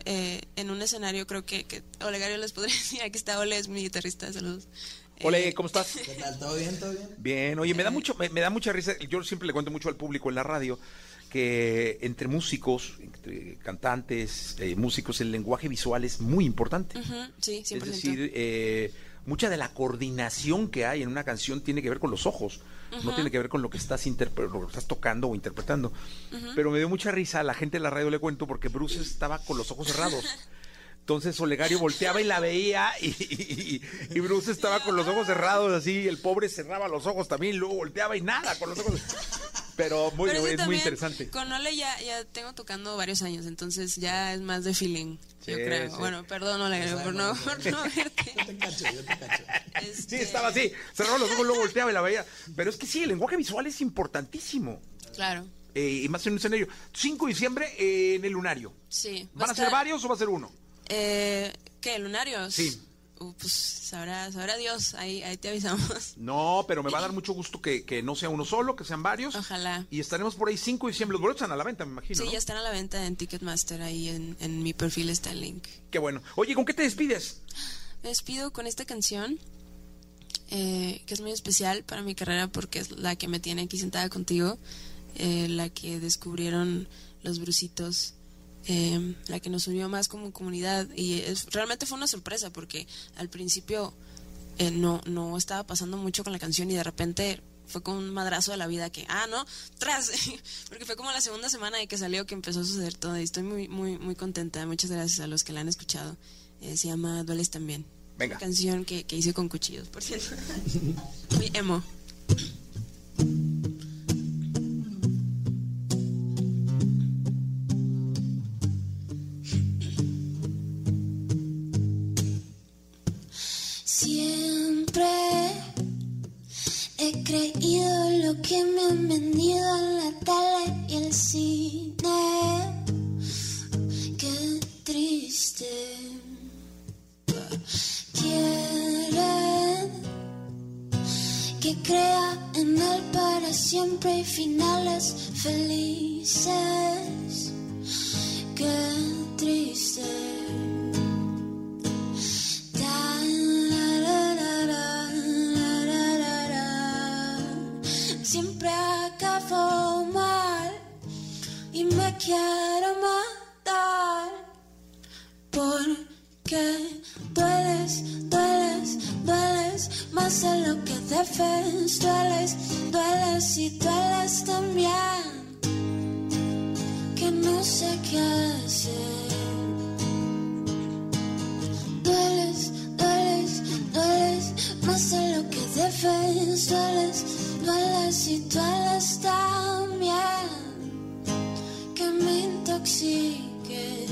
eh, en un escenario creo que, que Olegario les podría decir, aquí está Ole, es mi guitarrista, saludos. Ole, ¿cómo estás? ¿Qué tal? ¿Todo bien? ¿Todo bien? Bien, oye, me da mucho, me, me da mucha risa, yo siempre le cuento mucho al público en la radio que entre músicos, entre cantantes, eh, músicos, el lenguaje visual es muy importante. Uh-huh, sí, cien por ciento. Es decir, eh, mucha de la coordinación que hay en una canción tiene que ver con los ojos, uh-huh. no tiene que ver con lo que estás interpre- lo que estás tocando o interpretando. Uh-huh. Pero me dio mucha risa a la gente de la radio, le cuento, porque Bruce estaba con los ojos cerrados. Entonces Olegario volteaba y la veía y, y, y Bruce estaba con los ojos cerrados, así, el pobre cerraba los ojos también, luego volteaba y nada, con los ojos. Pero muy, Pero sí, es también, muy interesante. Con Ole ya, ya tengo tocando varios años, entonces ya es más de feeling, sí, yo creo. Sí. Bueno, perdón, Olegario, por no, por no verte. Yo te cacho, yo te cacho. Este... Sí, estaba así, cerraba los ojos, luego volteaba y la veía. Pero es que sí, el lenguaje visual es importantísimo. Claro. Eh, y más en un escenario. cinco de diciembre eh, en el Lunario. Sí. ¿Van a estar... ser varios o va a ser uno? Eh, ¿Qué, lunarios? Sí. Uh, pues sabrá, sabrá Dios, ahí, ahí te avisamos. No, pero me va a dar mucho gusto que, que no sea uno solo, que sean varios. Ojalá. Y estaremos por ahí cinco de diciembre. Los boletos están a la venta, me imagino. Sí, ¿no? ya están a la venta en Ticketmaster, ahí en, en mi perfil está el link. Qué bueno. Oye, ¿con qué te despides? Me despido con esta canción, eh, que es muy especial para mi carrera porque es la que me tiene aquí sentada contigo, eh, la que descubrieron los Brucitos. Eh, la que nos unió más como comunidad y es, realmente fue una sorpresa porque al principio eh, no, no estaba pasando mucho con la canción y de repente fue como un madrazo de la vida que, ah, no, tras, porque fue como la segunda semana de que salió que empezó a suceder todo y estoy muy, muy, muy contenta. Muchas gracias a los que la han escuchado. Eh, se llama Dueles También. Venga. Una canción que, que hice con cuchillos, por cierto. Muy emo. Siempre he creído lo que me han vendido en la tele y el cine. Qué triste. Quieren que crea en él para siempre y finales felices. Qué triste. Siempre acabo mal y me quiero matar porque dueles, dueles, dueles más de lo que debes, dueles, dueles y dueles también que no sé qué hacer. Dueles, dueles, dueles más de lo que debes, dueles, dueles y dueles también que me intoxique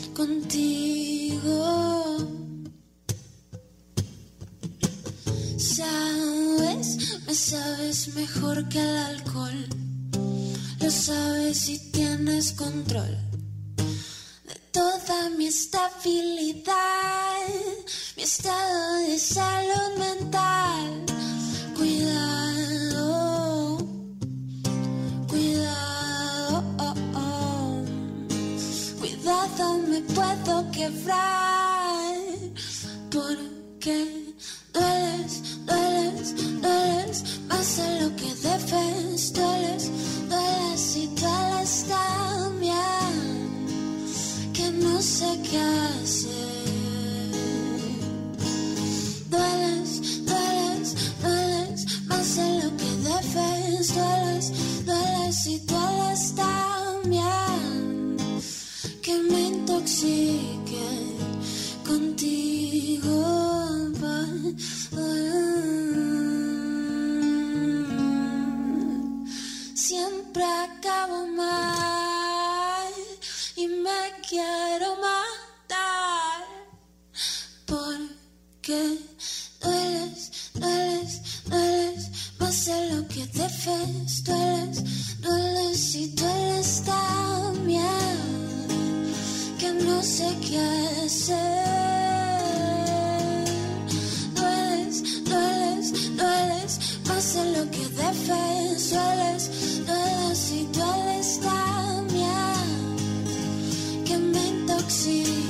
contigo. Sabes, me sabes mejor que el alcohol, lo sabes y tienes control de toda mi estabilidad, mi estado de salud mental. Cuidado, cuidado, oh, oh. Cuidado, me puedo quebrar porque dueles, dueles, dueles más de lo que debes, dueles, dueles y dueles también que no sé qué hacer. Dueles, dueles, dueles más de lo que debes, dueles, dueles y dueles también que me intoxique contigo. Siempre acabo mal y me quiero matar porque dueles, dueles, dueles más de lo que debes, dueles, dueles y dueles también que no sé qué hacer. Dueles, dueles, dueles más de lo que debes, dueles, dueles y dueles también que me intoxica.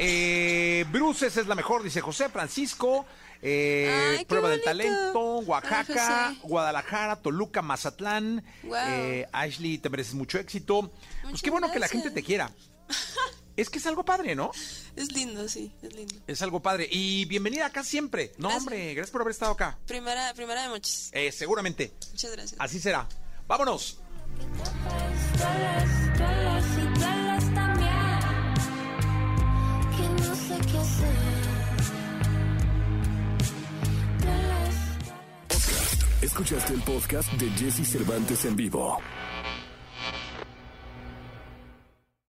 Eh, Bruces es la mejor, dice José Francisco. Eh, Ay, Prueba del bonito. Talento, Oaxaca, Ay, José. Guadalajara, Toluca, Mazatlán. Wow. Eh, Ashley, te mereces mucho éxito. pues Muchas qué bueno que la gracias. gente te quiera. Es que es algo padre, ¿no? Es lindo, sí, es lindo. Es algo padre. Y bienvenida acá siempre. No, Gracias. hombre, gracias por haber estado acá. Primera, primera de muchas. Eh, seguramente. Muchas gracias. Así será. Vámonos. Que no sé qué hacer. Escuchaste el podcast de Jesse Cervantes en vivo.